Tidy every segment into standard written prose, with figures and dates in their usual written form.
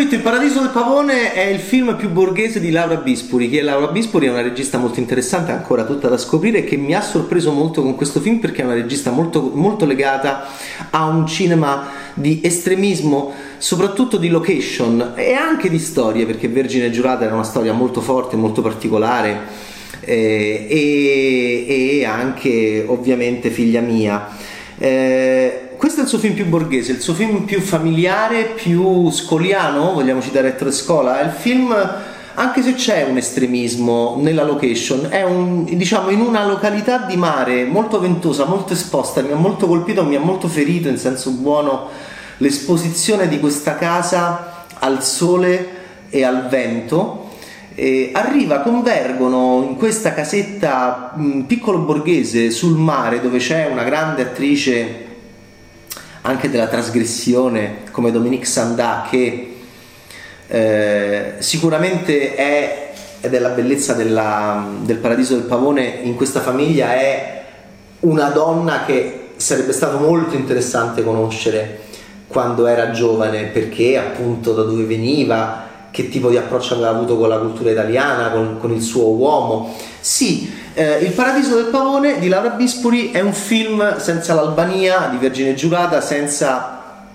detto, Il Paradiso del Pavone è il film più borghese di Laura Bispuri. Che Laura Bispuri è una regista molto interessante, ancora tutta da scoprire, che mi ha sorpreso molto con questo film perché è una regista molto, molto legata a un cinema di estremismo, soprattutto di location e anche di storie, perché Vergine Giurata era una storia molto forte, molto particolare, e anche ovviamente Figlia Mia. Questo è il suo film più borghese, il suo film più familiare, più scoliano, vogliamo citare Ettore Scola. È il film, anche se c'è un estremismo nella location, è diciamo in una località di mare molto ventosa, molto esposta. Mi ha molto colpito, mi ha molto ferito in senso buono l'esposizione di questa casa al sole e al vento. Convergono in questa casetta piccolo borghese sul mare, dove c'è una grande attrice anche della trasgressione come Dominique Sanda, che sicuramente è, ed è la bellezza del Paradiso del Pavone, in questa famiglia è una donna che sarebbe stato molto interessante conoscere quando era giovane, perché appunto da dove veniva, che tipo di approccio aveva avuto con la cultura italiana, con il suo uomo. Sì, Il Paradiso del Pavone di Laura Bispuri è un film senza l'Albania di Vergine Giurata, senza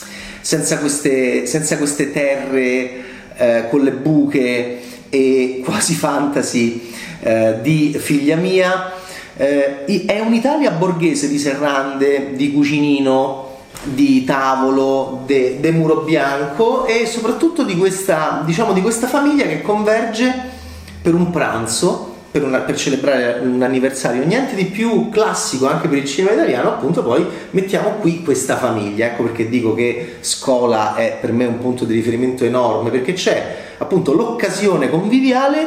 queste terre con le buche e quasi fantasy di Figlia Mia. È un'Italia borghese di serrande, di cucinino, di tavolo, de muro bianco, e soprattutto di questa famiglia che converge per un pranzo, per celebrare un anniversario. Niente di più classico anche per il cinema italiano, appunto. Poi mettiamo qui questa famiglia, ecco perché dico che Scola è per me un punto di riferimento enorme, perché c'è appunto l'occasione conviviale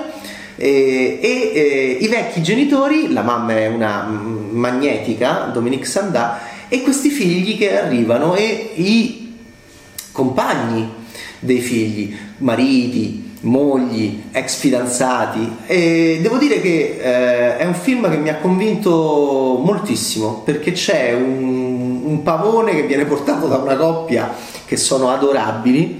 e i vecchi genitori, la mamma è una magnetica, Dominique Sanda, e questi figli che arrivano e i compagni dei figli, mariti, mogli, ex fidanzati. E devo dire che è un film che mi ha convinto moltissimo, perché c'è un pavone che viene portato da una coppia che sono adorabili.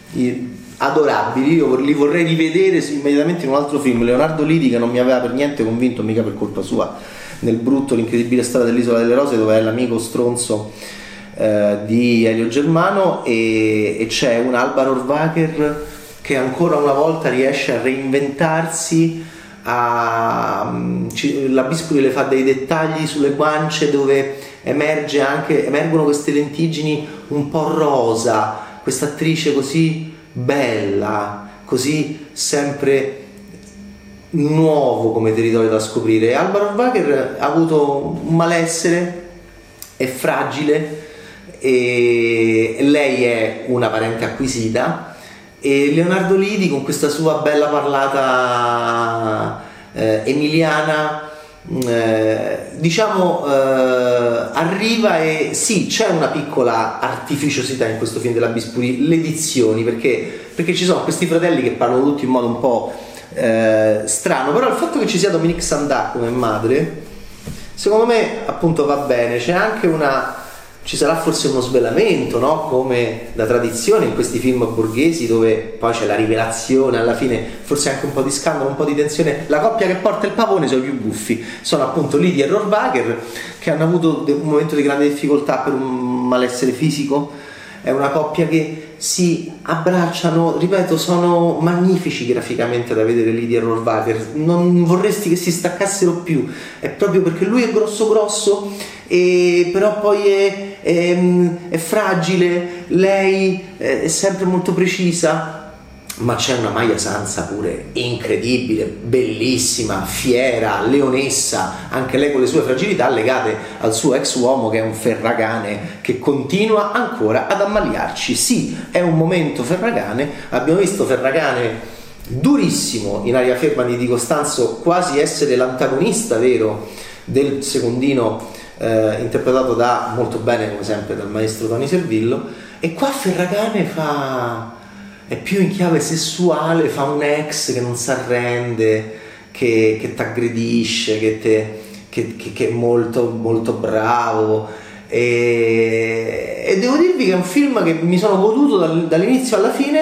Io li vorrei rivedere immediatamente in un altro film. Leonardo Lidi, che non mi aveva per niente convinto, mica per colpa sua, nel Brutto, l'incredibile storia dell'Isola delle Rose, dove è l'amico stronzo di Elio Germano, e c'è un Alba Rohrwacher che ancora una volta riesce a reinventarsi. La Bispuri le fa dei dettagli sulle guance dove emergono queste lentiggini un po' rosa, questa attrice così bella, così sempre nuovo come territorio da scoprire. Alba Rohrwacher ha avuto un malessere, è fragile, e lei è una parente acquisita, e Leonardo Lidi, con questa sua bella parlata emiliana, arriva, e sì, c'è una piccola artificiosità in questo film della Bispuri, le dizioni, perché ci sono questi fratelli che parlano tutti in modo un po' strano, però il fatto che ci sia Dominique Sanda come madre, secondo me appunto va bene. C'è anche ci sarà forse uno svelamento, no? Come da tradizione in questi film borghesi, dove poi c'è la rivelazione alla fine, forse anche un po' di scandalo, un po' di tensione. La coppia che porta il pavone sono i più buffi, sono appunto Lidi e Rohrwacher, che hanno avuto un momento di grande difficoltà per un malessere fisico. È una coppia che si abbracciano, ripeto, sono magnifici graficamente da vedere. Lidi e Rohrwacher, non vorresti che si staccassero più, è proprio perché lui è grosso, e però poi è fragile, lei è sempre molto precisa. Ma c'è una Maya Sanza pure incredibile, bellissima, fiera, leonessa, anche lei con le sue fragilità legate al suo ex uomo, che è un Ferragane che continua ancora ad ammaliarci. Sì, è un momento Ferragane, abbiamo visto Ferragane durissimo in Aria ferma di Di Costanzo, quasi essere l'antagonista vero del secondino, interpretato molto bene come sempre dal maestro Tony Servillo, e qua Ferragane è più in chiave sessuale, fa un ex che non si arrende, che t'aggredisce, che è molto, molto bravo, e devo dirvi che è un film che mi sono goduto dall'inizio alla fine,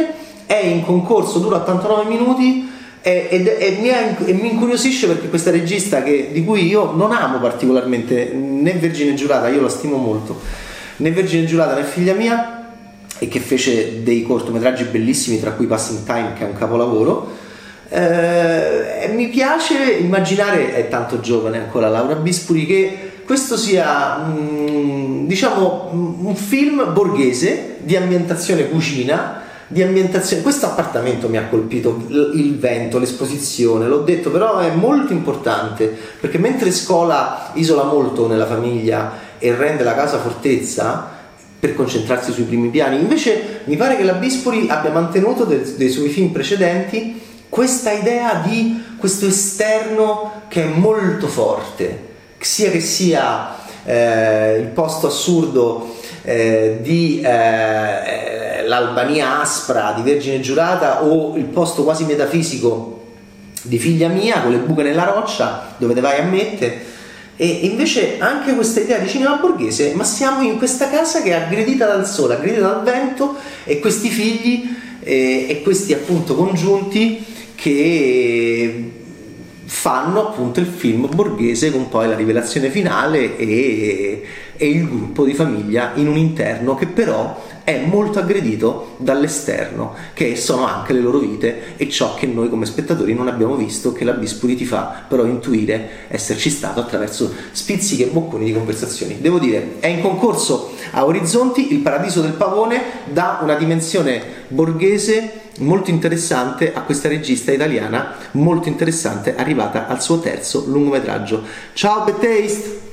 è in concorso, dura 89 minuti e mi incuriosisce perché questa regista di cui io non amo particolarmente né Vergine Giurata, io la stimo molto, né Vergine Giurata né Figlia Mia, e che fece dei cortometraggi bellissimi tra cui Passing Time, che è un capolavoro. Mi piace immaginare, è tanto giovane ancora Laura Bispuri, che questo sia diciamo un film borghese di ambientazione cucina, di ambientazione. Questo appartamento mi ha colpito, il vento, l'esposizione, l'ho detto, però è molto importante perché mentre Scola isola molto nella famiglia e rende la casa fortezza per concentrarsi sui primi piani, invece mi pare che la Bispuri abbia mantenuto dei suoi film precedenti questa idea di questo esterno che è molto forte, sia che sia il posto assurdo di l'Albania aspra di Vergine Giurata o il posto quasi metafisico di Figlia Mia con le buche nella roccia dove te vai a mettere, e invece anche questa idea di cinema borghese, ma siamo in questa casa che è aggredita dal sole, aggredita dal vento, e questi figli e questi appunto congiunti che fanno appunto il film borghese con poi la rivelazione finale e il gruppo di famiglia in un interno che però è molto aggredito dall'esterno, che sono anche le loro vite e ciò che noi come spettatori non abbiamo visto, che la Bispuri ti fa però intuire esserci stato attraverso spizzichi e bocconi di conversazioni. Devo dire, è in concorso a Orizzonti. Il Paradiso del Pavone dà una dimensione borghese molto interessante a questa regista italiana, molto interessante, arrivata al suo terzo lungometraggio. Ciao Bad Taste!